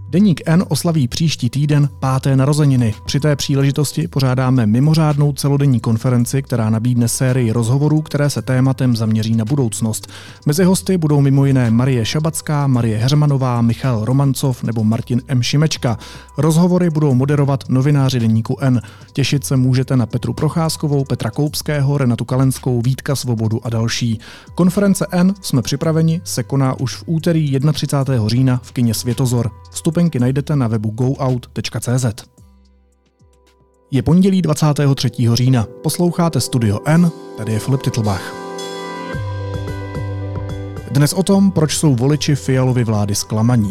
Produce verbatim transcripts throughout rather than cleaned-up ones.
Deník N oslaví příští týden páté narozeniny. Při té příležitosti pořádáme mimořádnou celodenní konferenci, která nabídne sérii rozhovorů, které se tématem zaměří na budoucnost. Mezi hosty budou mimo jiné Marie Šabacká, Marie Heřmanová, Michal Romancov nebo Martin M. Šimečka. Rozhovory budou moderovat novináři Deníku N. Těšit se můžete na Petru Procházkovou, Petra Koupského, Renatu Kalenskou, Vítka Svobodu a další. Konference N, jsme připraveni, se koná už v úterý třicátého prvního října v kině Světozor. Vstupenky najdete na webu go out tečka cé zet. Je pondělí dvacátého třetího října. Posloucháte Studio N, tady je Filip Titlbach. Dnes o tom, proč jsou voliči Fialovy vlády zklamaní.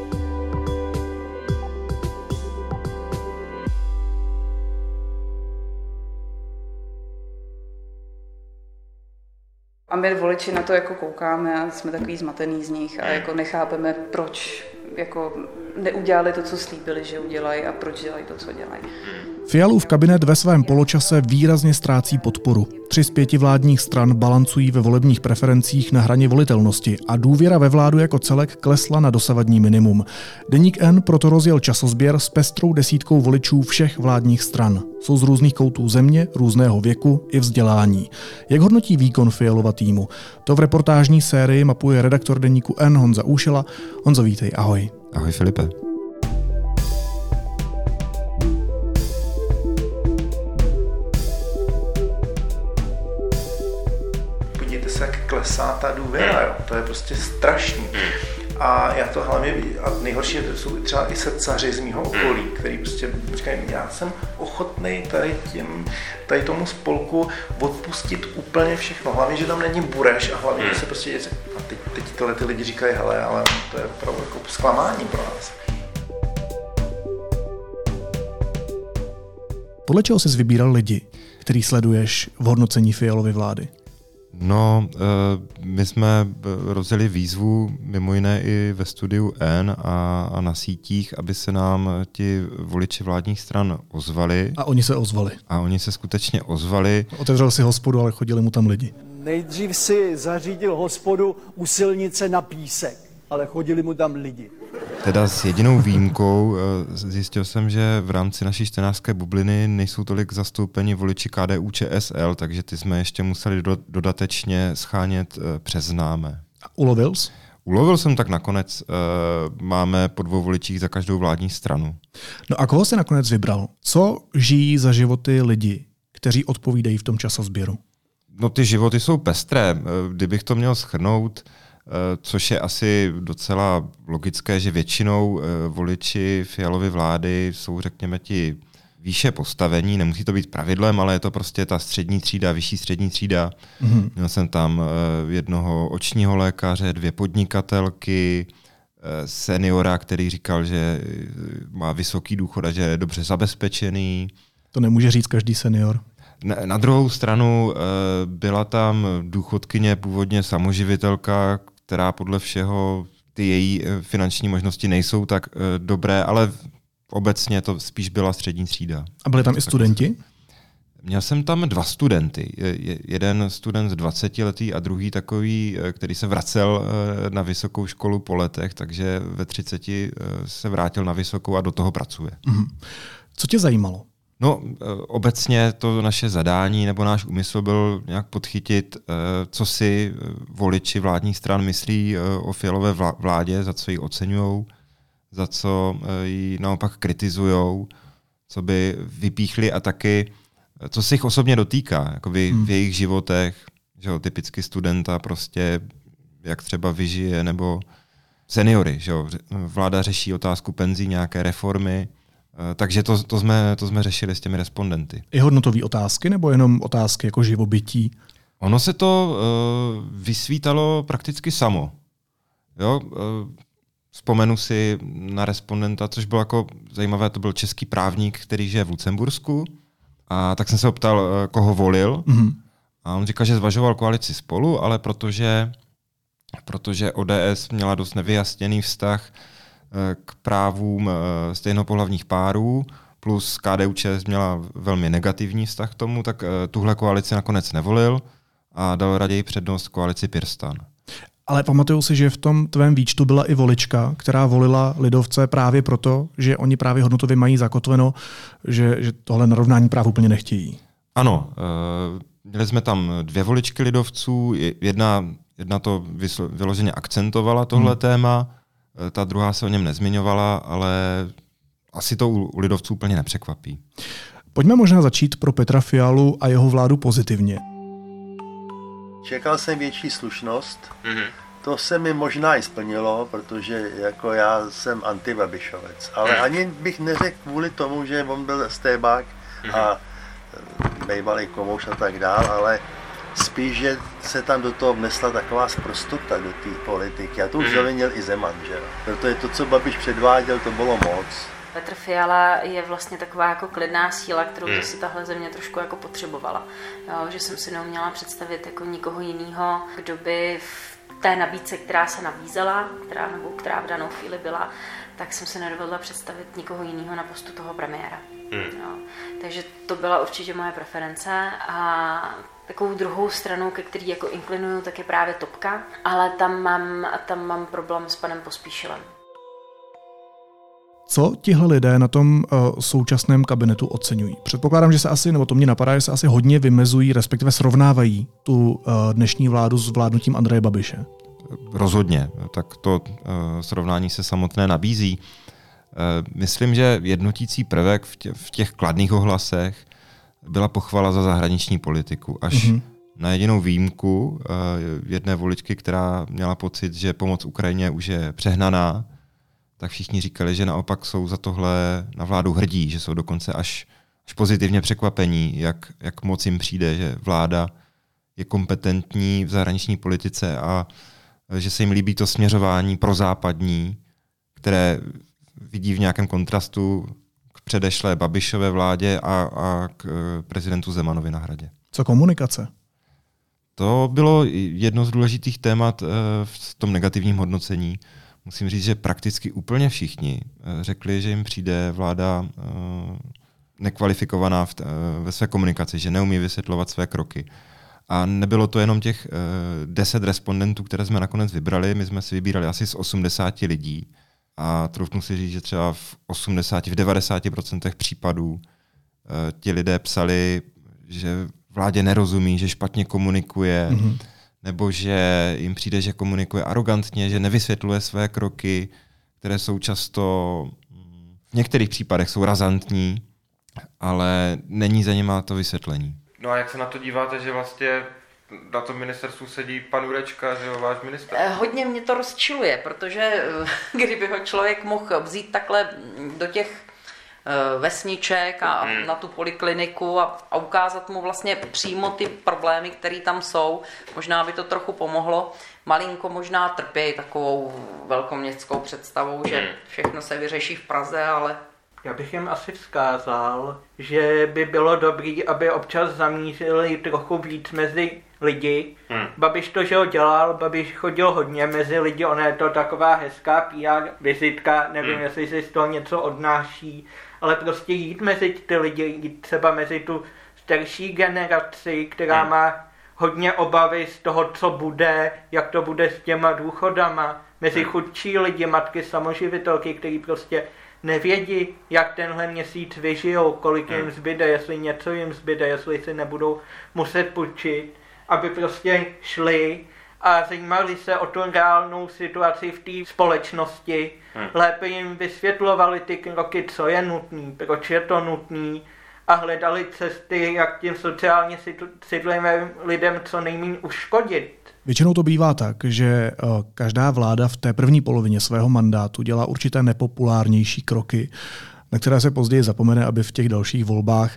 A my voliči na to jako koukáme a jsme takový zmatený z nich a jako nechápeme, proč jako neudělali to, co slíbili, že udělají a proč dělají to, co dělají. Fialův kabinet ve svém poločase výrazně ztrácí podporu. Tři z pěti vládních stran balancují ve volebních preferencích na hraně volitelnosti a důvěra ve vládu jako celek klesla na dosavadní minimum. Deník N proto rozjel časozběr s pestrou desítkou voličů všech vládních stran. Jsou z různých koutů země, různého věku i vzdělání. Jak hodnotí výkon Fialova týmu? To v reportážní sérii mapuje redaktor Deníku N Honza Úšela. Honzo, vítej, ahoj. Ahoj Filipe. Podívejte se, jak klesá ta důvěra, jo. To je prostě strašný. A já to hlavně, a nejhorší jsou třeba i setcaři z mýho okolí, který prostě říkají, já jsem ochotný tady, tím, tady tomu spolku odpustit úplně všechno. Hlavně, že tam není Bureš a hlavně, že se prostě děje. A teď, teď tyhle ty lidi říkají, hele, ale to je opravdu jako zklamání pro nás. Podle čeho jsi vybíral lidi, který sleduješ v hodnocení Fialovy vlády? No, my jsme rozjeli výzvu mimo jiné i ve studiu N a, a na sítích, aby se nám ti voliči vládních stran ozvali. A oni se ozvali. A oni se skutečně ozvali. Otevřel si hospodu, ale chodili mu tam lidi. Nejdřív si zařídil hospodu u silnice na Písek, ale chodili mu tam lidi. Teda s jedinou výjimkou zjistil jsem, že v rámci naší čtenářské bubliny nejsou tolik zastoupeni voliči K D U Č S L, takže ty jsme ještě museli do, dodatečně schánět přes známé. A ulovil jsi? Ulovil jsem tak nakonec. Máme po dvou voličích za každou vládní stranu. No a koho jsi nakonec vybral? Co žijí za životy lidi, kteří odpovídají v tom časozběru? No ty životy jsou pestré. Kdybych to měl shrnout, což je asi docela logické, že většinou voliči Fialovy vlády jsou, řekněme, ti výše postavení, nemusí to být pravidlem, ale je to prostě ta střední třída, vyšší střední třída. Mm-hmm. Měl jsem tam jednoho očního lékaře, dvě podnikatelky, seniora, který říkal, že má vysoký důchod a že je dobře zabezpečený. To nemůže říct každý senior. Na druhou stranu byla tam důchodkyně, původně samoživitelka, která podle všeho ty její finanční možnosti nejsou tak dobré, ale obecně to spíš byla střední třída. A byli tam i studenti? Měl jsem tam dva studenty. Jeden student dvacetiletý a druhý takový, který se vracel na vysokou školu po letech, takže ve třiceti se vrátil na vysokou a do toho pracuje. Mhm. Co tě zajímalo? No, obecně to naše zadání nebo náš úmysl byl nějak podchytit, co si voliči vládních stran myslí o Fialové vládě, za co ji oceňujou, za co ji naopak kritizujou, co by vypíchli a taky, co se jich osobně dotýká, jako v, hmm. v jejich životech, že jo, typicky studenta prostě, jak třeba vyžije, nebo seniory, že jo, vláda řeší otázku penzí, nějaké reformy. Takže to, to, jsme, to jsme řešili s těmi respondenty. I hodnotové otázky, nebo jenom otázky jako živobytí? Ono se to uh, vysvítalo prakticky samo. Jo? Uh, vzpomenu si na respondenta, což bylo jako zajímavé, to byl český právník, který žije v Lucembursku. A tak jsem se optal, uh, koho volil. Mm-hmm. A on říkal, že zvažoval koalici Spolu, ale protože, protože O D S měla dost nevyjasněný vztah k právům stejnopohlavních párů, plus K D U Č S měla velmi negativní vztah k tomu, tak tuhle koalici nakonec nevolil a dal raději přednost koalici PirSTAN. Ale pamatuju si, že v tom tvém výčtu byla i volička, která volila lidovce právě proto, že oni právě hodnotově mají zakotveno, že, že tohle narovnání práv úplně nechtějí. Ano, měli jsme tam dvě voličky lidovců, jedna, jedna to vyloženě akcentovala tohle hmm. téma, ta druhá se o něm nezmiňovala, ale asi to u, u lidovců úplně nepřekvapí. Pojďme možná začít pro Petra Fialu a jeho vládu pozitivně. Čekal jsem větší slušnost. Mm-hmm. To se mi možná i splnilo, protože jako já jsem antibabišovec. Ale mm. ani bych neřekl kvůli tomu, že on byl stébák mm-hmm. a bývalý komouš a tak dál, ale spíš, že se tam do toho vnesla taková sprostota do té politiky. A to už mm-hmm. zavinil i Zeman, že jo. Protože to, co Babiš předváděl, to bylo moc. Petr Fiala je vlastně taková jako klidná síla, kterou by si tahle země trošku jako potřebovala. Jo, že jsem si neuměla představit jako nikoho jiného, kdo by v té nabídce, která se nabízela, která, nebo která v danou chvíli byla, tak jsem si nedovedla představit nikoho jiného na postu toho premiéra. Jo. Takže to byla určitě moje preference a takovou druhou stranou, ke který jako inklinuju, tak je právě Topka, ale tam mám, tam mám problém s panem Pospíšilem. Co tihle lidé na tom uh, současném kabinetu oceňují? Předpokládám, že se asi, nebo to mě napadá, že se asi hodně vymezují, respektive srovnávají tu uh, dnešní vládu s vládnutím Andreje Babiše. Rozhodně, tak to uh, srovnání se samotné nabízí. Uh, myslím, že jednotící prvek v, tě, v těch kladných ohlasech byla pochvala za zahraniční politiku. Až mm-hmm. na jedinou výjimku uh, jedné voličky, která měla pocit, že pomoc Ukrajině už je přehnaná, tak všichni říkali, že naopak jsou za tohle na vládu hrdí, že jsou dokonce až, až pozitivně překvapení, jak, jak moc jim přijde, že vláda je kompetentní v zahraniční politice a že se jim líbí to směřování prozápadní, které vidí v nějakém kontrastu k předešlé Babišové vládě a, a k prezidentu Zemanovi na Hradě. Co komunikace? To bylo jedno z důležitých témat v tom negativním hodnocení. Musím říct, že prakticky úplně všichni řekli, že jim přijde vláda nekvalifikovaná v, ve své komunikaci, že neumí vysvětlovat své kroky. A nebylo to jenom těch deset respondentů, které jsme nakonec vybrali, my jsme si vybírali asi z osmdesáti lidí a troufnu si říct, že třeba v osmdesáti, v devadesáti procentech případů ti lidé psali, že vládě nerozumí, že špatně komunikuje, mm-hmm. nebo že jim přijde, že komunikuje arrogantně, že nevysvětluje své kroky, které jsou často, v některých případech jsou razantní, ale není za nima to vysvětlení. No a jak se na to díváte, že vlastně na tom ministerstvu sedí pan Jurečka, že jo, váš ministr? Hodně mě to rozčiluje, protože kdyby ho člověk mohl vzít takhle do těch vesniček a hmm. na tu polikliniku a, a ukázat mu vlastně přímo ty problémy, které tam jsou. Možná by to trochu pomohlo. Malinko možná trpějí takovou velkoměstskou představou, že všechno se vyřeší v Praze, ale... Já bych jim asi vzkázal, že by bylo dobré, aby občas zamířili trochu víc mezi lidi. Hmm. Babiš to, že ho dělal, Babiš chodil hodně mezi lidi, ona je to taková hezká P R vizitka, nevím, hmm. jestli si z toho něco odnáší, ale prostě jít mezi ty lidi, jít třeba mezi tu starší generaci, která hmm. má hodně obavy z toho, co bude, jak to bude s těma důchodama, mezi hmm. chudší lidi, matky samoživitelky, který prostě nevědí, jak tenhle měsíc vyžijou, kolik jim zbyde, jestli něco jim zbyde, jestli si nebudou muset půjčit, aby prostě šli a zajímali se o tu reálnou situaci v té společnosti, hmm. lépe jim vysvětlovali ty kroky, co je nutný, proč je to nutný a hledali cesty, jak tím sociálně citlivým lidem co nejméně uškodit. Většinou to bývá tak, že každá vláda v té první polovině svého mandátu dělá určité nepopulárnější kroky, na které se později zapomene, aby v těch dalších volbách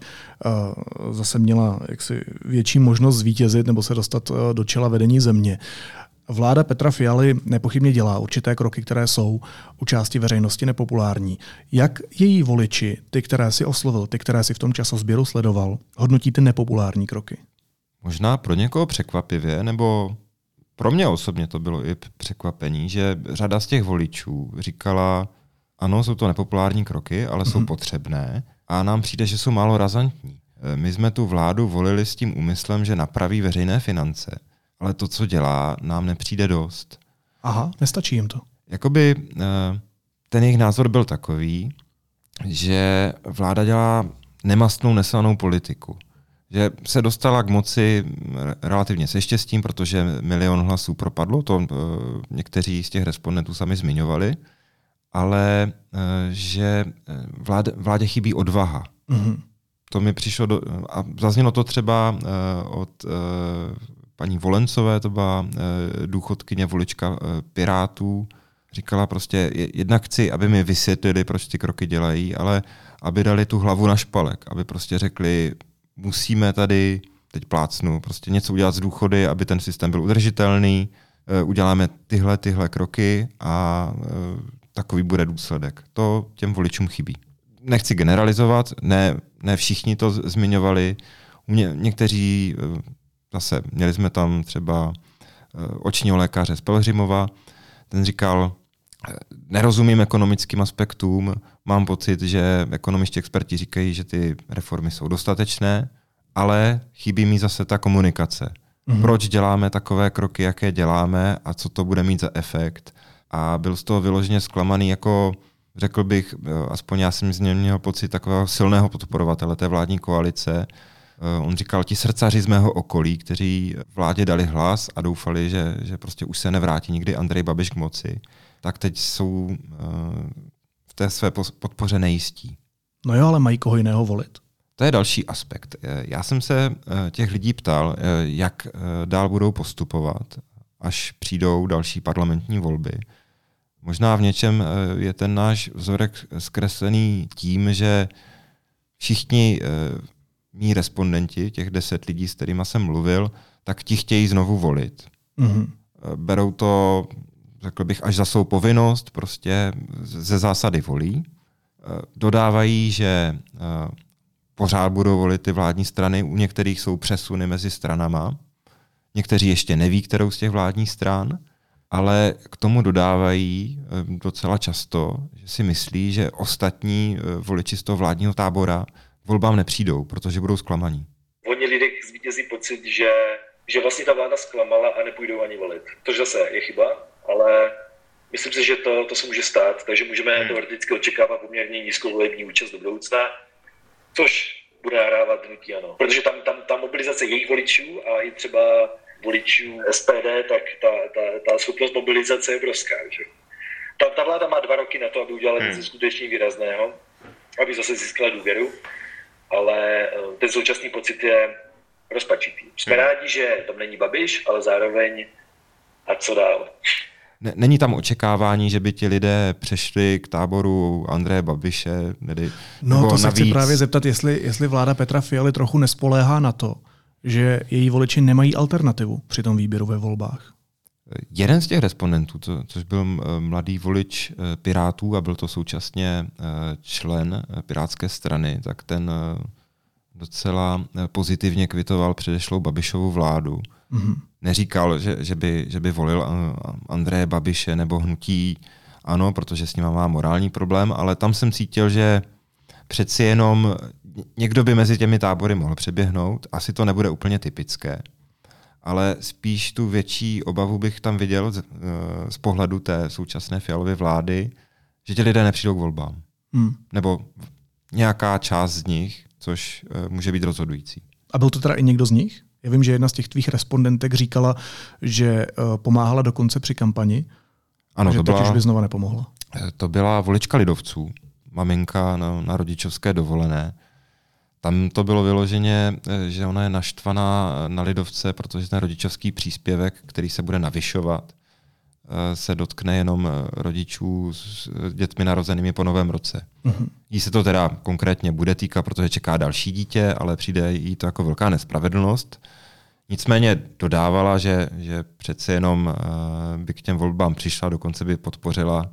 zase měla jaksi větší možnost zvítězit nebo se dostat do čela vedení země. Vláda Petra Fialy nepochybně dělá určité kroky, které jsou u části veřejnosti nepopulární. Jak její voliči, ty, které si oslovil, ty, které si v tom časozběru sledoval, hodnotí ty nepopulární kroky? Možná pro někoho překvapivě, nebo pro mě osobně to bylo i překvapení, že řada z těch voličů říkala, ano, jsou to nepopulární kroky, ale jsou mm-hmm. potřebné a nám přijde, že jsou málo razantní. My jsme tu vládu volili s tím úmyslem, že napraví veřejné finance, ale to, co dělá, nám nepřijde dost. Aha, nestačí jim to. Jakoby ten jejich názor byl takový, že vláda dělá nemastnou, neslanou politiku. Že se dostala k moci relativně se štěstím, protože milion hlasů propadlo, to někteří z těch respondentů sami zmiňovali, ale že vládě, vládě chybí odvaha. Mm-hmm. To mi přišlo, do, a zaznělo to třeba od paní Volencové, to byla důchodkyně, volička Pirátů, říkala prostě, jednak chci, aby mi vysvětlili, proč ty kroky dělají, ale aby dali tu hlavu na špalek, aby prostě řekli, musíme tady, teď plácnu, prostě něco udělat z důchody, aby ten systém byl udržitelný, uděláme tyhle, tyhle kroky a takový bude důsledek. To těm voličům chybí. Nechci generalizovat, ne, ne všichni to zmiňovali, Ně, někteří, zase měli jsme tam třeba očního lékaře z Pelhřimova, ten říkal, nerozumím ekonomickým aspektům, mám pocit, že ekonomičtí experti říkají, že ty reformy jsou dostatečné, ale chybí mi zase ta komunikace. Mm-hmm. Proč děláme takové kroky, jaké děláme a co to bude mít za efekt? A byl z toho vyloženě zklamaný, jako řekl bych, aspoň já jsem z něj měl pocit takového silného podporovatele té vládní koalice. On říkal, ti srdcaři z mého okolí, kteří vládě dali hlas a doufali, že, že prostě už se nevrátí nikdy Andrej Babiš k moci, tak teď jsou v té své podpoře nejistí. No jo, ale mají koho jiného volit. To je další aspekt. Já jsem se těch lidí ptal, jak dál budou postupovat, až přijdou další parlamentní volby. Možná v něčem je ten náš vzorek zkreslený tím, že všichni mí respondenti, těch deset lidí, s kterými jsem mluvil, tak ti chtějí znovu volit. Mm-hmm. Berou to, řekl bych, až za svou povinnost, prostě ze zásady volí. Dodávají, že pořád budou volit ty vládní strany, u některých jsou přesuny mezi stranama, někteří ještě neví, kterou z těch vládních stran, ale k tomu dodávají docela často, že si myslí, že ostatní voliči z toho vládního tábora volbám nepřijdou, protože budou zklamaní. Oni lidé zvítězí pocit, že, že vlastně ta vláda zklamala a nepůjdou ani volit. Což zase je chyba, ale myslím si, že to, to se může stát, takže můžeme hmm. teoreticky očekávat poměrně nízkou volební účast do budoucna, což bude nahrávat hnutí ANO. Protože tam, tam ta mobilizace jejich voličů a i třeba voličů S P D, tak ta, ta, ta schopnost mobilizace je obrovská. Že? Ta, ta vláda má dva roky na to, aby udělala něco hmm. skutečně výrazného, aby zase získala důvěru, ale ten současný pocit je rozpačitý. Jsme hmm. rádi, že tam není Babiš, ale zároveň a co dál. Není tam očekávání, že by ti lidé přešli k táboru Andreje Babiše? Nedy, no to se navíc... chci právě zeptat, jestli, jestli vláda Petra Fialy trochu nespoléhá na to, že její voliči nemají alternativu při tom výběru ve volbách. Jeden z těch respondentů, to, což byl mladý volič Pirátů a byl to současně člen Pirátské strany, tak ten docela pozitivně kvitoval předešlou Babišovu vládu. Mm-hmm. Neříkal, že, že, by, že by volil Andreje Babiše nebo hnutí ANO, protože s ním má morální problém, ale tam jsem cítil, že přeci jenom někdo by mezi těmi tábory mohl přeběhnout. Asi to nebude úplně typické, ale spíš tu větší obavu bych tam viděl z, z pohledu té současné Fialovy vlády, že ti lidé nepřijdou k volbám. Hmm. Nebo nějaká část z nich, což může být rozhodující. A byl to teda i někdo z nich? Já vím, že jedna z těch tvých respondentek říkala, že pomáhala dokonce při kampani, ano, a že to teď byla, už by znova nepomohla. To byla volička lidovců, maminka na, na rodičovské dovolené. Tam to bylo vyloženě, že ona je naštvaná na lidovce, protože ten rodičovský příspěvek, který se bude navyšovat, se dotkne jenom rodičů s dětmi narozenými po novém roce. Uh-huh. Jí se to teda konkrétně bude týkat, protože čeká další dítě, ale přijde jí to jako velká nespravedlnost. Nicméně dodávala, že, že přece jenom by k těm volbám přišla, dokonce by podpořila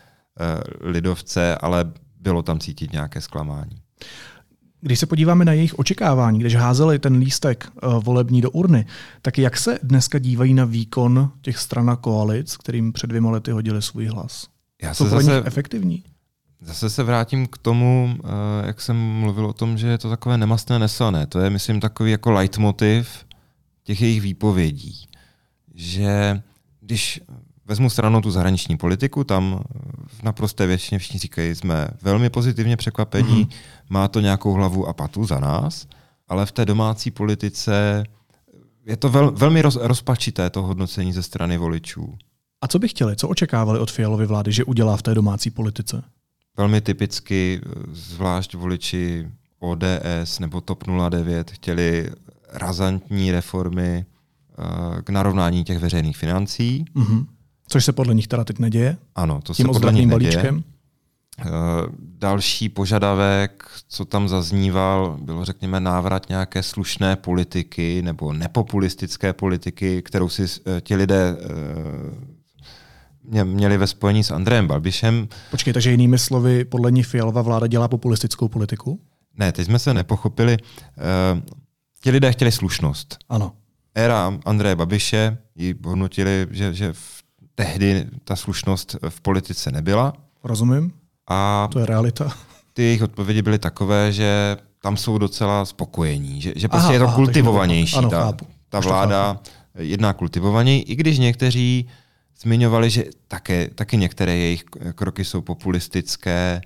lidovce, ale bylo tam cítit nějaké zklamání. Když se podíváme na jejich očekávání, když házeli ten lístek uh, volební do urny, tak jak se dneska dívají na výkon těch stran a koalic, kterým před dvěma lety hodili svůj hlas? Já to pro nich efektivní? Zase se vrátím k tomu, uh, jak jsem mluvil o tom, že je to takové nemastné, neslané. To je, myslím, takový jako leitmotiv těch jejich výpovědí. Že když vezmu stranou tu zahraniční politiku, tam v naprosté většině všichni říkají, jsme velmi pozitivně překvapení, mm-hmm. má to nějakou hlavu a patu za nás, ale v té domácí politice je to vel, velmi roz, rozpačité to hodnocení ze strany voličů. A co by chtěli, co očekávali od Fialovy vlády, že udělá v té domácí politice? Velmi typicky, zvlášť voliči O D S nebo TOP nula devět chtěli razantní reformy k narovnání těch veřejných financí. Mm-hmm. Což se podle nich teda teď neděje? Ano, to tím se podle nich neděje. balíčkem? Další požadavek, co tam zazníval, bylo řekněme návrat nějaké slušné politiky nebo nepopulistické politiky, kterou si ti lidé měli ve spojení s Andrejem Babišem. Počkej, takže jinými slovy, podle nich Fialova vláda dělá populistickou politiku? Ne, teď jsme se nepochopili. Ti lidé chtěli slušnost. Ano. Éra Andreje Babiše ji hodnotili, že, že v, tehdy ta slušnost v politice nebyla. Rozumím. A to je realita. Ty jejich odpovědi byly takové, že tam jsou docela spokojení, že, že prostě aha, je to aha, kultivovanější. Ano, ta, chápu. ta vláda jedná kultivovaněji, i když někteří zmiňovali, že také, taky některé jejich kroky jsou populistické,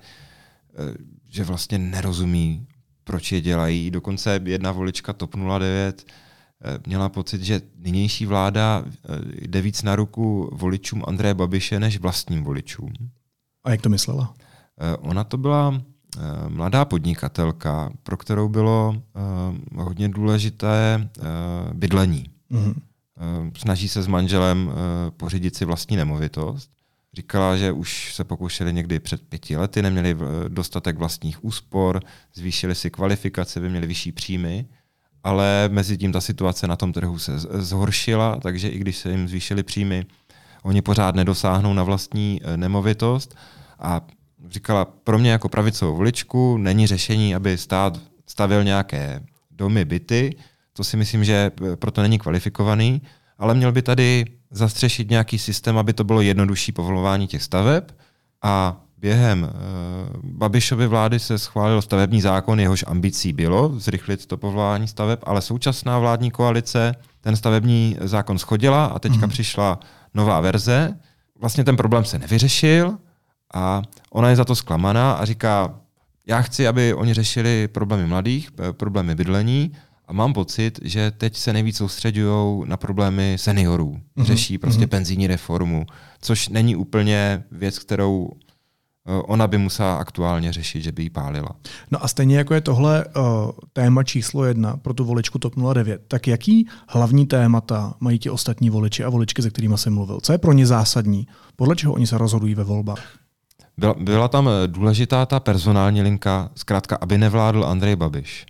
že vlastně nerozumí, proč je dělají. Dokonce jedna volička TOP nula devět měla pocit, že nynější vláda jde víc na ruku voličům Andreje Babiše než vlastním voličům. A jak to myslela? Ona to byla mladá podnikatelka, pro kterou bylo hodně důležité bydlení. Mm-hmm. Snaží se s manželem pořídit si vlastní nemovitost. Říkala, že už se pokoušeli někdy před pěti lety, neměli dostatek vlastních úspor, zvýšili si kvalifikaci, by měli vyšší příjmy, ale mezi tím ta situace na tom trhu se zhoršila, takže i když se jim zvýšily příjmy, oni pořád nedosáhnou na vlastní nemovitost. A říkala, pro mě jako pravicovou voličku není řešení, aby stát stavěl nějaké domy, byty, to si myslím, že proto není kvalifikovaný, ale měl by tady zastřešit nějaký systém, aby to bylo jednodušší povolování těch staveb. A během uh, Babišovy vlády se schválil stavební zákon, jehož ambicí bylo zrychlit to povolování staveb, ale současná vládní koalice ten stavební zákon shodila a teďka mm. přišla nová verze. Vlastně ten problém se nevyřešil a ona je za to zklamaná a říká, já chci, aby oni řešili problémy mladých, problémy bydlení, a mám pocit, že teď se nejvíc soustředují na problémy seniorů. Řeší prostě mm-hmm. penzijní reformu, což není úplně věc, kterou ona by musela aktuálně řešit, že by ji pálila. No a stejně jako je tohle uh, téma číslo jedna pro tu voličku TOP nula devět, tak jaký hlavní témata mají ti ostatní voliči a voličky, se kterými jsem mluvil? Co je pro ně zásadní? Podle čeho oni se rozhodují ve volbách? Byla, byla tam důležitá ta personální linka, zkrátka, aby nevládl Andrej Babiš.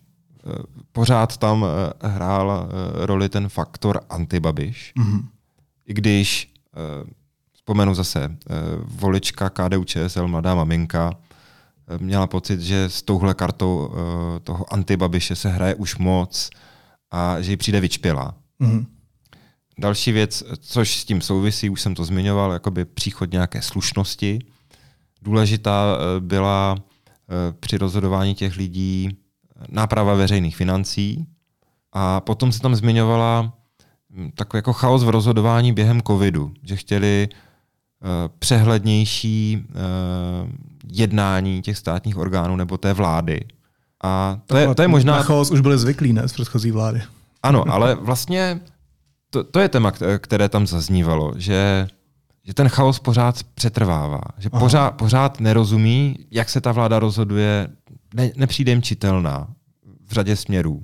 Pořád tam hrál roli ten faktor anti-Babiš. Mm-hmm. I když, vzpomenu zase, volička K D U Č S L, mladá maminka, měla pocit, že s touhle kartou toho anti-Babiše se hraje už moc a že jí přijde vyčpělá. Mm-hmm. Další věc, což s tím souvisí, už jsem to zmiňoval, jakoby příchod nějaké slušnosti. Důležitá byla při rozhodování těch lidí náprava veřejných financí a potom se tam zmiňovala takový jako chaos v rozhodování během covidu, že chtěli uh, přehlednější uh, jednání těch státních orgánů nebo té vlády. A to, je, to je možná... Na chaos už byli zvyklí, ne, z předchozí vlády. Ano, ale vlastně to, to je téma, které tam zaznívalo, že, že ten chaos pořád přetrvává, že pořád, pořád nerozumí, jak se ta vláda rozhoduje, ne, nepřijde jim čitelná v řadě směrů.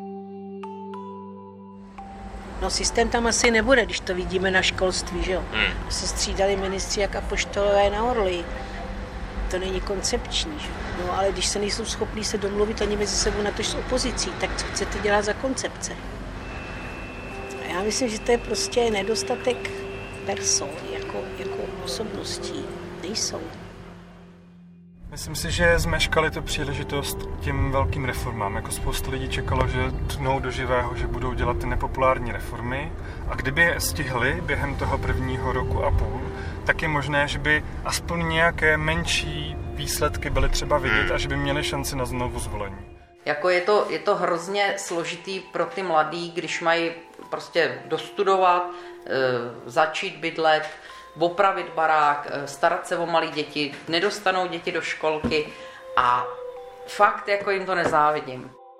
No systém tam asi nebude, když to vidíme na školství, že jo? Hmm. Se střídali ministři jak apoštolové na orly. To není koncepční, že? No ale když se nejsou schopní se domluvit ani mezi sebou na to s opozicí, tak co chcete dělat za koncepce? A já myslím, že to je prostě nedostatek person, jako, jako osobností. Nejsou. Myslím si, že zmeškali tu příležitost k těm velkým reformám. Jako spousta lidí čekalo, že tnou do živého, že budou dělat ty nepopulární reformy. A kdyby je stihli během toho prvního roku a půl, tak je možné, že by aspoň nějaké menší výsledky byly třeba vidět a že by měli šanci na znovu zvolení. Jako je to, je to hrozně složitý pro ty mladý, když mají prostě dostudovat, e, začít bydlet, opravit barák, starat se o malé děti, nedostanou děti do školky a fakt jako jim to nezávidím.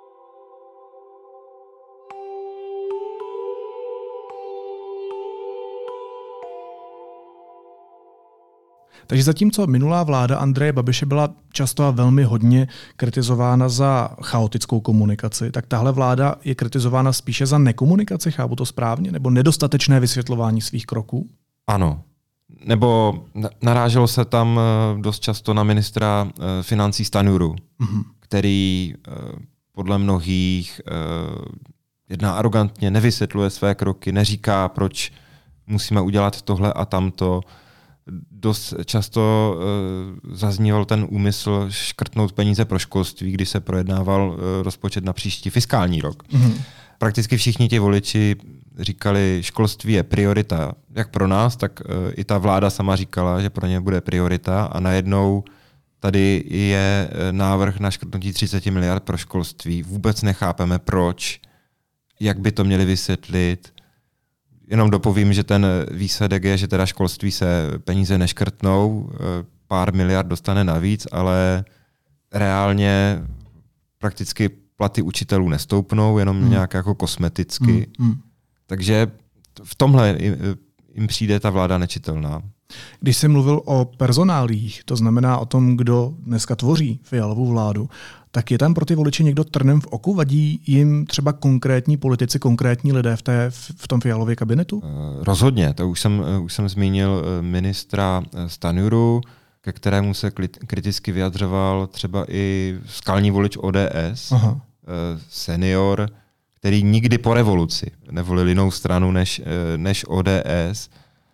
Takže zatímco minulá vláda Andreje Babiše byla často a velmi hodně kritizována za chaotickou komunikaci, tak tahle vláda je kritizována spíše za nekomunikaci, chápu to správně, nebo nedostatečné vysvětlování svých kroků? Ano. Nebo naráželo se tam dost často na ministra financí Stanjuru, mm-hmm. který podle mnohých jedná arrogantně, nevysvětluje své kroky, neříká, proč musíme udělat tohle a tamto. Dost často uh, zazníval ten úmysl škrtnout peníze pro školství, když se projednával uh, rozpočet na příští fiskální rok. Mm-hmm. Prakticky všichni ti voliči říkali, školství je priorita jak pro nás, tak uh, i ta vláda sama říkala, že pro ně bude priorita a najednou tady je návrh na škrtnutí třicet miliard pro školství. Vůbec nechápeme proč, jak by to měli vysvětlit. Jenom dopovím, že ten výsledek je, že teda školství se peníze neškrtnou, pár miliard dostane navíc, ale reálně prakticky platy učitelů nestoupnou, jenom hmm. nějak jako kosmeticky. Hmm. Hmm. Takže v tomhle jim přijde ta vláda nečitelná. Když jsi mluvil o personálích, to znamená o tom, kdo dneska tvoří Fialovu vládu, tak je tam pro ty voliče někdo trnem v oku? Vadí jim třeba konkrétní politici, konkrétní lidé v, té, v tom Fialově kabinetu? Rozhodně. To už jsem, už jsem zmínil ministra Stanjuru, ke kterému se kriticky vyjadřoval třeba i skalní volič O D S, Aha. senior, který nikdy po revoluci nevolil jinou stranu než, než O D S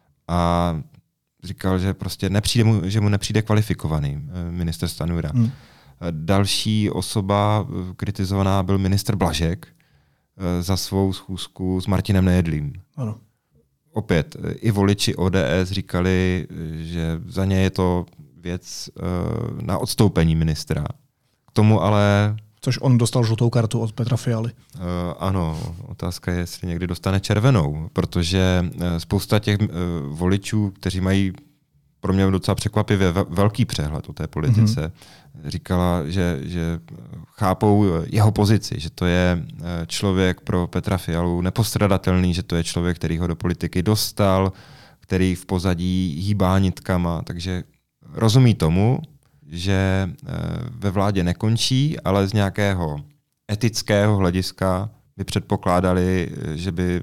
a říkal, že prostě nepřijde mu, že mu nepřijde kvalifikovaný ministr Stanjura. Hmm. Další osoba kritizovaná byl ministr Blažek za svou schůzku s Martinem Nejedlým. Ano. Opět i voliči O D S říkali, že za ně je to věc na odstoupení ministra. K tomu ale... Což on dostal žlutou kartu od Petra Fialy. Uh, ano, otázka je, jestli někdy dostane červenou, protože spousta těch uh, voličů, kteří mají pro mě docela překvapivě velký přehled o té politice, mm-hmm. říkala, že, že chápou jeho pozici, že to je člověk pro Petra Fialu nepostradatelný, že to je člověk, který ho do politiky dostal, který v pozadí hýbá nitkama, takže rozumí tomu, že ve vládě nekončí, ale z nějakého etického hlediska by předpokládali, že by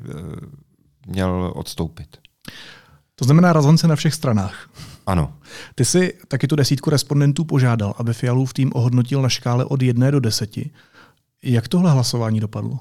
měl odstoupit. To znamená razance na všech stranách. Ano. Ty jsi taky tu desítku respondentů požádal, aby Fialův tým ohodnotil na škále od jedné do deseti. Jak tohle hlasování dopadlo?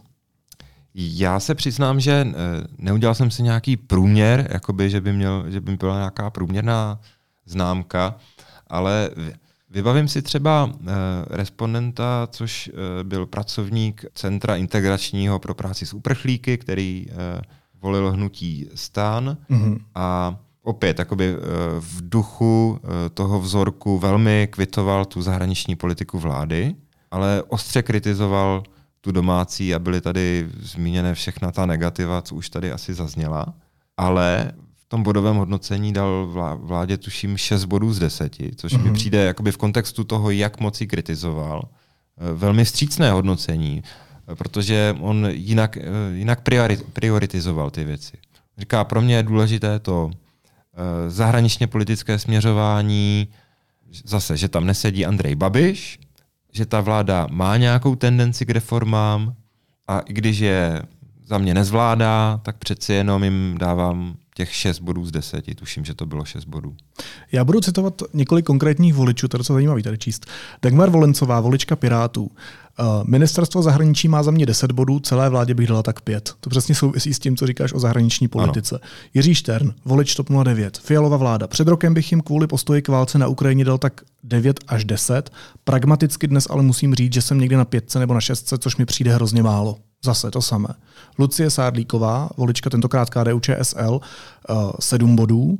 Já se přiznám, že neudělal jsem si nějaký průměr, jakoby, že by, měl, že by byla nějaká průměrná známka, ale vybavím si třeba respondenta, což byl pracovník Centra integračního pro práci s uprchlíky, který volil hnutí STAN mm-hmm. a opět jakoby v duchu toho vzorku velmi kvitoval tu zahraniční politiku vlády, ale ostře kritizoval tu domácí a byly tady zmíněné všechna ta negativa, co už tady asi zazněla, ale v tom bodovém hodnocení dal vládě tuším šest bodů z deseti, což mm-hmm. mi přijde jakoby v kontextu toho, jak moc ji kritizoval, velmi vstřícné hodnocení, protože on jinak, jinak prioritizoval ty věci. Říká, pro mě je důležité to zahraničně politické směřování, zase, že tam nesedí Andrej Babiš, že ta vláda má nějakou tendenci k reformám a i když je za mě nezvládá, tak přeci jenom jim dávám těch šest bodů z deseti. Tuším, že to bylo šest bodů. Já budu citovat několik konkrétních voličů, to je docela zajímavý tady číst. Dagmar Volencová, volička Pirátů. Ministerstvo zahraničí má za mě deset bodů, celé vládě bych dala tak pět. To přesně souvisí s tím, co říkáš o zahraniční politice. Ano. Jiří Štern, volič TOP nula devět, Fialova vláda. Před rokem bych jim kvůli postoji k válce na Ukrajině dal tak devět až deset. Pragmaticky dnes ale musím říct, že jsem někde na pětce nebo na šestce, což mi přijde hrozně málo. Zase to samé. Lucie Sádlíková, volička tentokrát K D U Č S L, sedm bodů.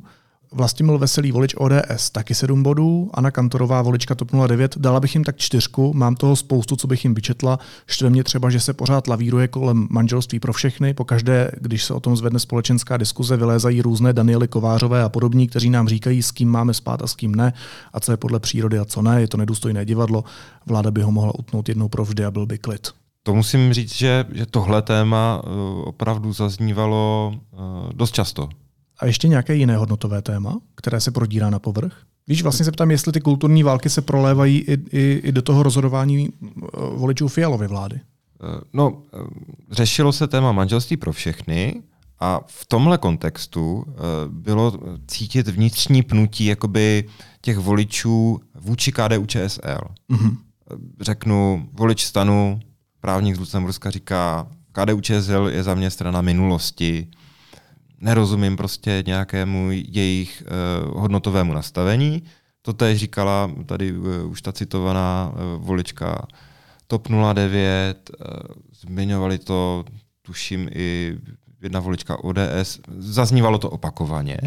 Vlastimil Veselý, volič O D S, taky sedm bodů. Anna Kantorová, volička TOP nula devět, dala bych jim tak čtyřku, mám toho spoustu, co bych jim vyčetla. Štve mě třeba, že se pořád lavíruje kolem manželství pro všechny. Pokaždé, když se o tom zvedne společenská diskuze, vylézají různé Daniely Kovářové a podobní, kteří nám říkají, s kým máme spát a s kým ne, a co je podle přírody a co ne. Je to nedůstojné divadlo. Vláda by ho mohla utnout jednou provždy a byl by klid. To musím říct, že, že tohle téma opravdu zaznívalo dost často. A ještě nějaké jiné hodnotové téma, které se prodírá na povrch? Víš, vlastně se ptám, jestli ty kulturní války se prolévají i, i, i do toho rozhodování voličů Fialovy vlády. No, řešilo se téma manželství pro všechny a v tomhle kontextu bylo cítit vnitřní pnutí jakoby těch voličů vůči K D U Č S L. Mm-hmm. Řeknu, volič STANu, právník z Lucemburska říká, K D U Č S L je za mě strana minulosti, nerozumím prostě nějakému jejich uh, hodnotovému nastavení. To též říkala tady uh, už ta citovaná uh, volička TOP nula devět, uh, zmiňovali to, tuším, i jedna volička O D S, zaznívalo to opakovaně.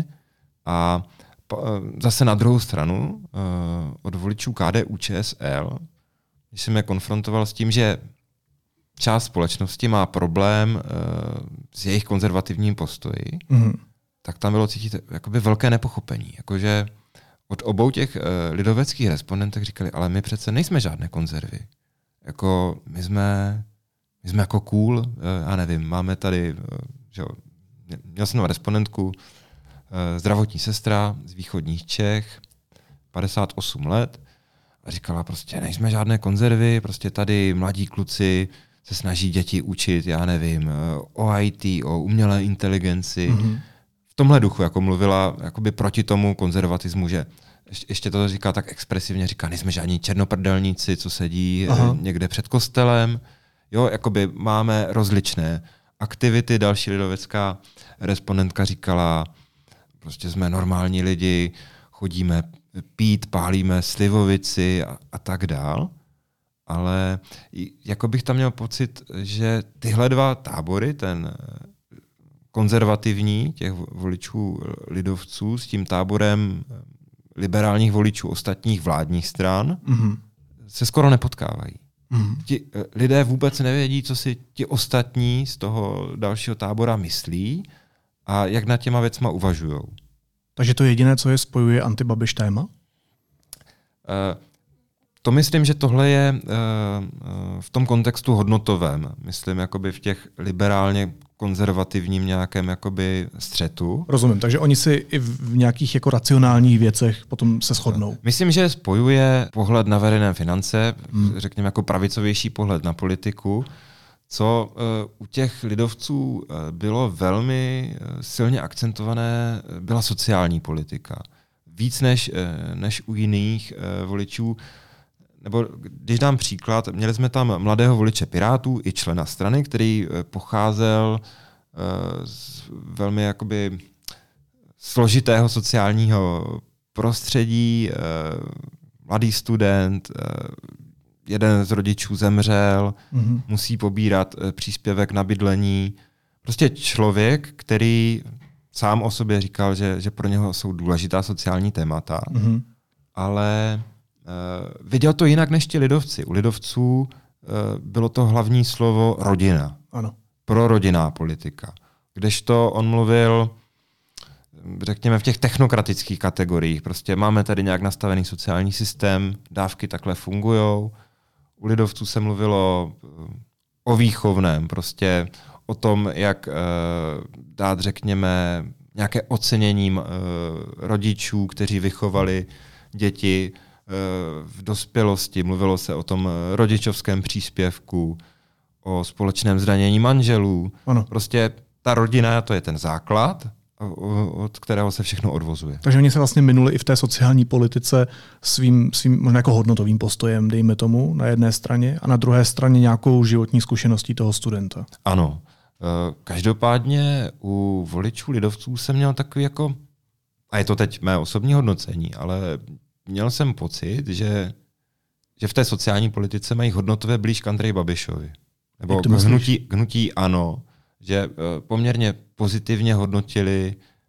A uh, zase na druhou stranu uh, od voličů K D U Č S L, když jsem je konfrontoval s tím, že část společnosti má problém uh, s jejich konzervativním postoji, mm. tak tam bylo cítit jakoby velké nepochopení. Jakože od obou těch uh, lidoveckých respondentů říkali, ale my přece nejsme žádné konzervy. Jako my jsme, my jsme jako cool, uh, já nevím, máme tady, uh, že, měl jsem respondentku, uh, zdravotní sestra z východních Čech, padesát osm let, a říkala prostě, nejsme žádné konzervy, prostě tady mladí kluci se snaží děti učit, já nevím, o I T, o umělé inteligenci. Mm-hmm. V tomhle duchu jako mluvila jakoby proti tomu konzervatismu, že ještě to říká tak expresivně, říká, nejsme žádní černoprdelníci, co sedí Aha. někde před kostelem. Jo, jakoby máme rozličné aktivity. Další lidovecká respondentka říkala, prostě jsme normální lidi, chodíme pít, pálíme slivovici a, a tak dál. Ale jako bych tam měl pocit, že tyhle dva tábory, ten konzervativní těch voličů lidovců s tím táborem liberálních voličů ostatních vládních stran, mm-hmm. se skoro nepotkávají. Mm-hmm. Ti lidé vůbec nevědí, co si ti ostatní z toho dalšího tábora myslí a jak nad těma věcma uvažujou. Takže to jediné, co je spojuje, antibabiš téma? Uh, To myslím, že tohle je uh, v tom kontextu hodnotovém. Myslím, jakoby v těch liberálně konzervativním nějakém jakoby střetu. Rozumím, takže oni si i v nějakých jako racionálních věcech potom se shodnou. Myslím, že spojuje pohled na veřejné finance, hmm. řekněme jako pravicovější pohled na politiku, co uh, u těch lidovců uh, bylo velmi uh, silně akcentované, byla sociální politika. Víc než, uh, než u jiných uh, voličů. Nebo když dám příklad, měli jsme tam mladého voliče Pirátů i člena strany, který pocházel z velmi jakoby složitého sociálního prostředí, mladý student, jeden z rodičů zemřel, mm-hmm. musí pobírat příspěvek na bydlení. Prostě člověk, který sám o sobě říkal, že, že pro něho jsou důležitá sociální témata, mm-hmm. ale Uh, viděl to jinak než ti lidovci. U lidovců uh, bylo to hlavní slovo rodina. Ano. Prorodinná politika. Kdežto on mluvil, řekněme, v těch technokratických kategoriích. Prostě máme tady nějak nastavený sociální systém, dávky takhle fungujou. U lidovců se mluvilo o výchovném, prostě o tom, jak uh, dát, řekněme, nějaké ocenění uh, rodičů, kteří vychovali děti v dospělosti. Mluvilo se o tom rodičovském příspěvku, o společném zdanění manželů. Ano. Prostě ta rodina, to je ten základ, od kterého se všechno odvozuje. Takže oni se vlastně minuli i v té sociální politice svým, svým možná jako hodnotovým postojem, dejme tomu, na jedné straně a na druhé straně nějakou životní zkušeností toho studenta. Ano. Každopádně u voličů lidovců jsem měl takový jako, a je to teď mé osobní hodnocení, ale měl jsem pocit, že, že v té sociální politice mají hodnotové blíž k Andreji Babišovi. Nebo k hnutí, k hnutí ANO, že uh, poměrně pozitivně hodnotili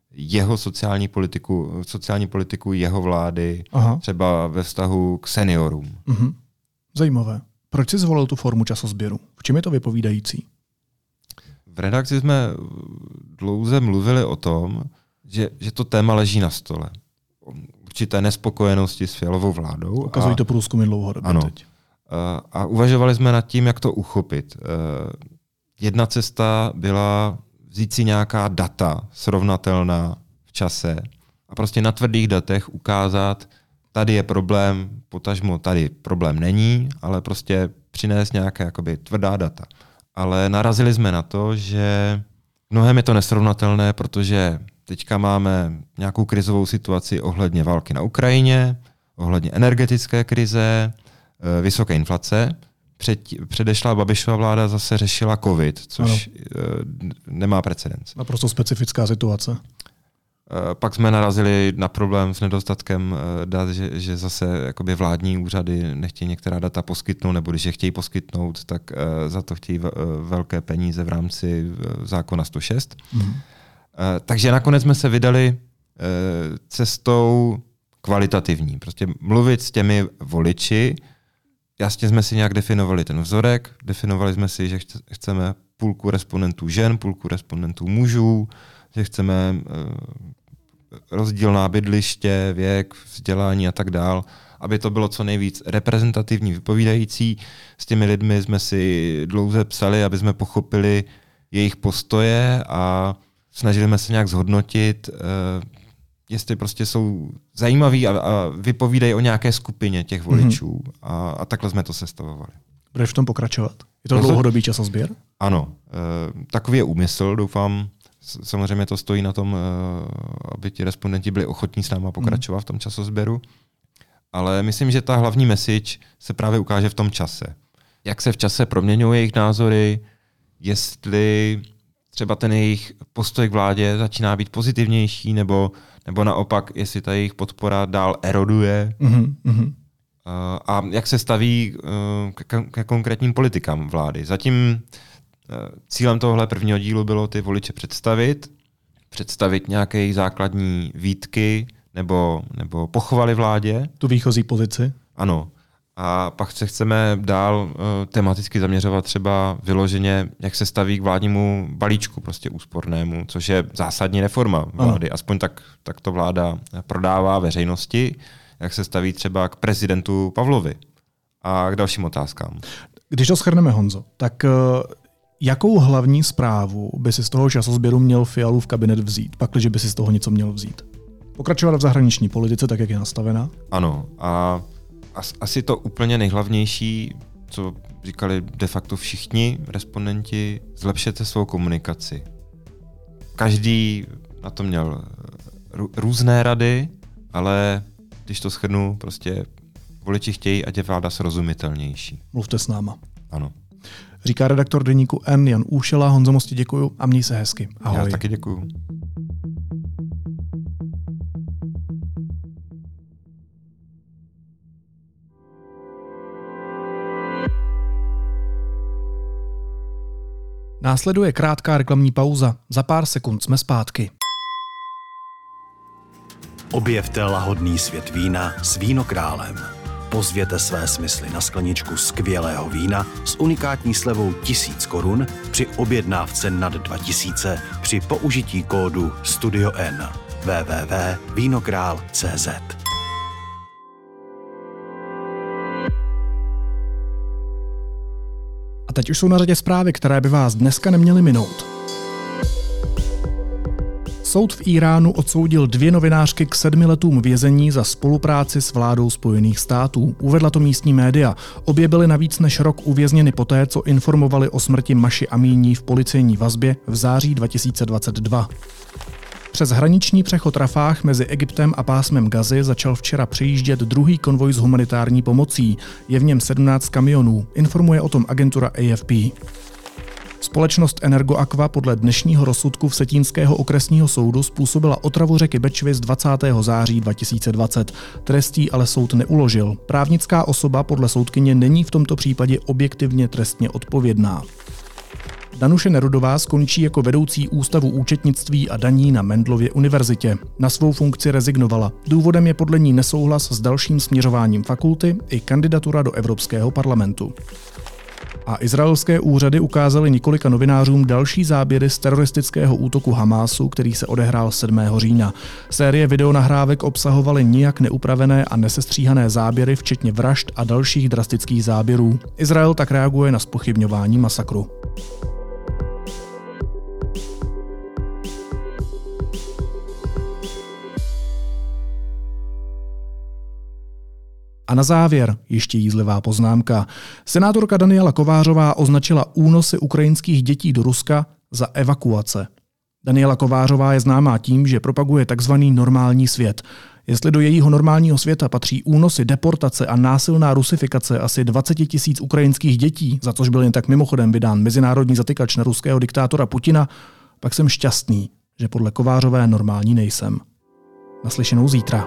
jeho sociální politiku, sociální politiku jeho vlády, Aha. třeba ve vztahu k seniorům. Mhm. Zajímavé. Proč jsi zvolil tu formu časozběru? V čem je to vypovídající? V redakci jsme dlouze mluvili o tom, že, že to téma leží na stole. Určité nespokojenosti s Fialovou vládou. Ukazují to průzkumy dlouhodobě ano. teď. A, a uvažovali jsme nad tím, jak to uchopit. Jedna cesta byla vzít si nějaká data srovnatelná v čase a prostě na tvrdých datech ukázat, tady je problém, potažmo tady problém není, ale prostě přinést nějaké jakoby tvrdá data. Ale narazili jsme na to, že mnohem je to nesrovnatelné, protože teďka máme nějakou krizovou situaci ohledně války na Ukrajině, ohledně energetické krize, vysoké inflace. Před, předešlá Babišova vláda zase řešila covid, což ano. nemá precedens. Naprosto specifická situace. Pak jsme narazili na problém s nedostatkem dat, že, že zase jakoby vládní úřady nechtějí některá data poskytnout, nebo když je chtějí poskytnout, tak za to chtějí velké peníze v rámci zákona sto šest. Mm. Takže nakonec jsme se vydali cestou kvalitativní. Prostě mluvit s těmi voliči. Jasně jsme si nějak definovali ten vzorek, definovali jsme si, že chceme půlku respondentů žen, půlku respondentů mužů, že chceme rozdílná bydliště, věk, vzdělání a tak dál, aby to bylo co nejvíc reprezentativní, vypovídající. S těmi lidmi jsme si dlouze psali, aby jsme pochopili jejich postoje a snažili jsme se nějak zhodnotit, jestli prostě jsou zajímaví a, a vypovídají o nějaké skupině těch voličů. Mm-hmm. A, a takhle jsme to sestavovali. Budeš v tom pokračovat? Je to dlouhodobý časozběr? Ano. E, takový je úmysl, doufám. Samozřejmě to stojí na tom, e, aby ti respondenti byli ochotní s náma pokračovat mm. v tom časozběru. Ale myslím, že ta hlavní message se právě ukáže v tom čase. Jak se v čase proměňují jejich názory, jestli třeba ten jejich postoj k vládě začíná být pozitivnější, nebo, nebo naopak, jestli ta jejich podpora dál eroduje. Mm-hmm. A jak se staví ke, ke konkrétním politikám vlády. Zatím cílem tohohle prvního dílu bylo ty voliče představit, představit nějaké základní výtky nebo, nebo pochvaly vládě. Tu výchozí pozici. Ano. A pak se chceme dál uh, tematicky zaměřovat třeba vyloženě, jak se staví k vládnímu balíčku, prostě úspornému, což je zásadní reforma vlády. Ano. Aspoň tak, tak to vláda prodává veřejnosti, jak se staví třeba k prezidentu Pavlovi a k dalším otázkám. Když to shrneme, Honzo, tak uh, jakou hlavní zprávu by si z toho časozběru měl Fialův kabinet vzít, pakliže by si z toho něco měl vzít? Pokračovat v zahraniční politice, tak jak je nastavená? Ano. A asi to úplně nejhlavnější, co říkali de facto všichni respondenti, zlepšete svou komunikaci. Každý na to měl různé rady, ale když to shrnu, prostě voliči chtějí, ať je vláda srozumitelnější. Mluvte s náma. Ano. Říká redaktor deníku N Jan Úšela. Honzo, moc ti děkuju a měj se hezky. Ahoj. Já taky děkuju. Následuje krátká reklamní pauza. Za pár sekund jsme zpátky. Objevte lahodný svět vína s Vínokrálem. Pozvěte své smysly na skleničku skvělého vína s unikátní slevou tisíc korun při objednávce nad dva tisíce při použití kódu Studio N. w w w tečka vínokrál tečka c z A teď už jsou na řadě zprávy, které by vás dneska neměly minout. Soud v Íránu odsoudil dvě novinářky k sedmi letům vězení za spolupráci s vládou Spojených států. Uvedla to místní média. Obě byly na víc než rok uvězněny poté, co informovali o smrti Maši Amíní v policejní vazbě v září dva tisíce dvacet dva. Přes hraniční přechod Rafah mezi Egyptem a pásmem Gazy začal včera přijíždět druhý konvoj s humanitární pomocí. Je v něm sedmnáct kamionů, informuje o tom agentura A F P. Společnost Energoaqua podle dnešního rozsudku Vsetínského okresního soudu způsobila otravu řeky Bečvy z dvacátého září dva tisíce dvacet. Trestí ale soud neuložil. Právnická osoba podle soudkyně není v tomto případě objektivně trestně odpovědná. Danuše Nerudová skončí jako vedoucí Ústavu účetnictví a daní na Mendelově univerzitě. Na svou funkci rezignovala. Důvodem je podle ní nesouhlas s dalším směřováním fakulty i kandidatura do Evropského parlamentu. A izraelské úřady ukázaly několika novinářům další záběry z teroristického útoku Hamásu, který se odehrál sedmého října. Série videonahrávek obsahovaly nijak neupravené a nesestříhané záběry, včetně vražd a dalších drastických záběrů. Izrael tak reaguje na zpochybňování masakru. A na závěr ještě jízlivá poznámka. Senátorka Daniela Kovářová označila únosy ukrajinských dětí do Ruska za evakuace. Daniela Kovářová je známá tím, že propaguje takzvaný normální svět. Jestli do jejího normálního světa patří únosy, deportace a násilná rusifikace asi dvacet tisíc ukrajinských dětí, za což byl jen tak mimochodem vydán mezinárodní zatykač na ruského diktátora Putina, pak jsem šťastný, že podle Kovářové normální nejsem. Naslyšenou zítra.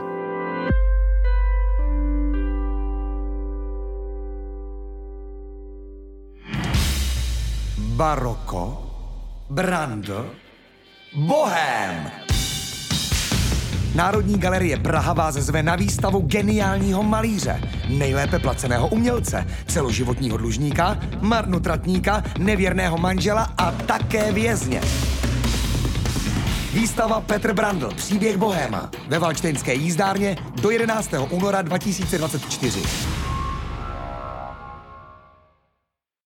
Baroko, Brandl, Bohém. Národní galerie Praha vás zve na výstavu geniálního malíře, nejlépe placeného umělce, celoživotního dlužníka, marnotratníka, nevěrného manžela a také vězně. Výstava Petr Brandl, příběh Bohéma ve Valdštejnské jízdárně do jedenáctého února dva tisíce dvacet čtyři.